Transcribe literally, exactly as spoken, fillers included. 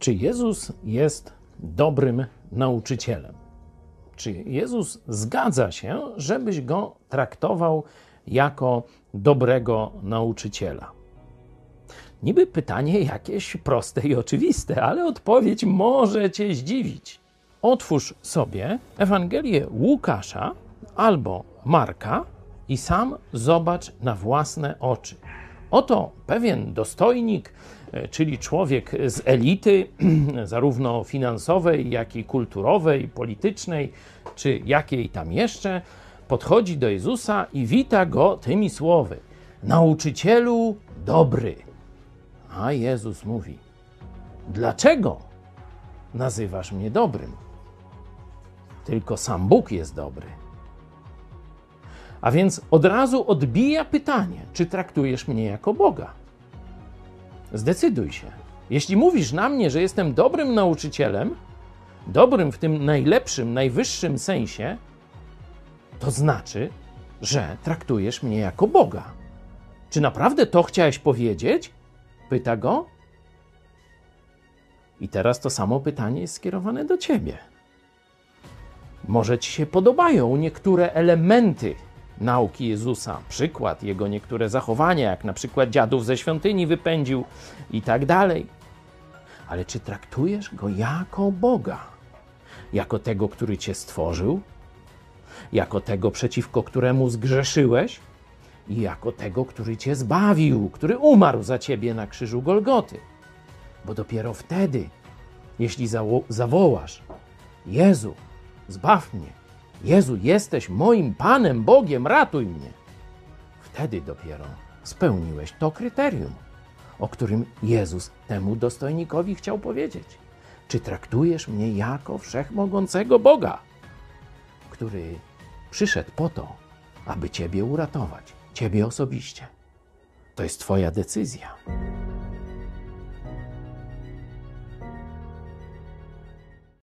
Czy Jezus jest dobrym nauczycielem? Czy Jezus zgadza się, żebyś go traktował jako dobrego nauczyciela? Niby pytanie jakieś proste i oczywiste, ale odpowiedź może cię zdziwić. Otwórz sobie Ewangelię Łukasza albo Marka i sam zobacz na własne oczy. Oto pewien dostojnik, czyli człowiek z elity, zarówno finansowej, jak i kulturowej, politycznej, czy jakiej tam jeszcze, podchodzi do Jezusa i wita go tymi słowy: nauczycielu dobry. A Jezus mówi: dlaczego nazywasz mnie dobrym? Tylko sam Bóg jest dobry. A więc od razu odbija pytanie, czy traktujesz mnie jako Boga? Zdecyduj się. Jeśli mówisz na mnie, że jestem dobrym nauczycielem, dobrym w tym najlepszym, najwyższym sensie, to znaczy, że traktujesz mnie jako Boga. Czy naprawdę to chciałeś powiedzieć? Pyta go. I teraz to samo pytanie jest skierowane do ciebie. Może ci się podobają niektóre elementy nauki Jezusa, przykład jego niektóre zachowania, jak na przykład dziadów ze świątyni wypędził i tak dalej. Ale czy traktujesz go jako Boga? Jako tego, który cię stworzył? Jako tego, przeciwko któremu zgrzeszyłeś? I jako tego, który cię zbawił, który umarł za ciebie na krzyżu Golgoty? Bo dopiero wtedy, jeśli zawo- zawołasz: Jezu, zbaw mnie, Jezu, jesteś moim Panem, Bogiem, ratuj mnie, wtedy dopiero spełniłeś to kryterium, o którym Jezus temu dostojnikowi chciał powiedzieć. Czy traktujesz mnie jako wszechmogącego Boga, który przyszedł po to, aby ciebie uratować, ciebie osobiście? To jest twoja decyzja.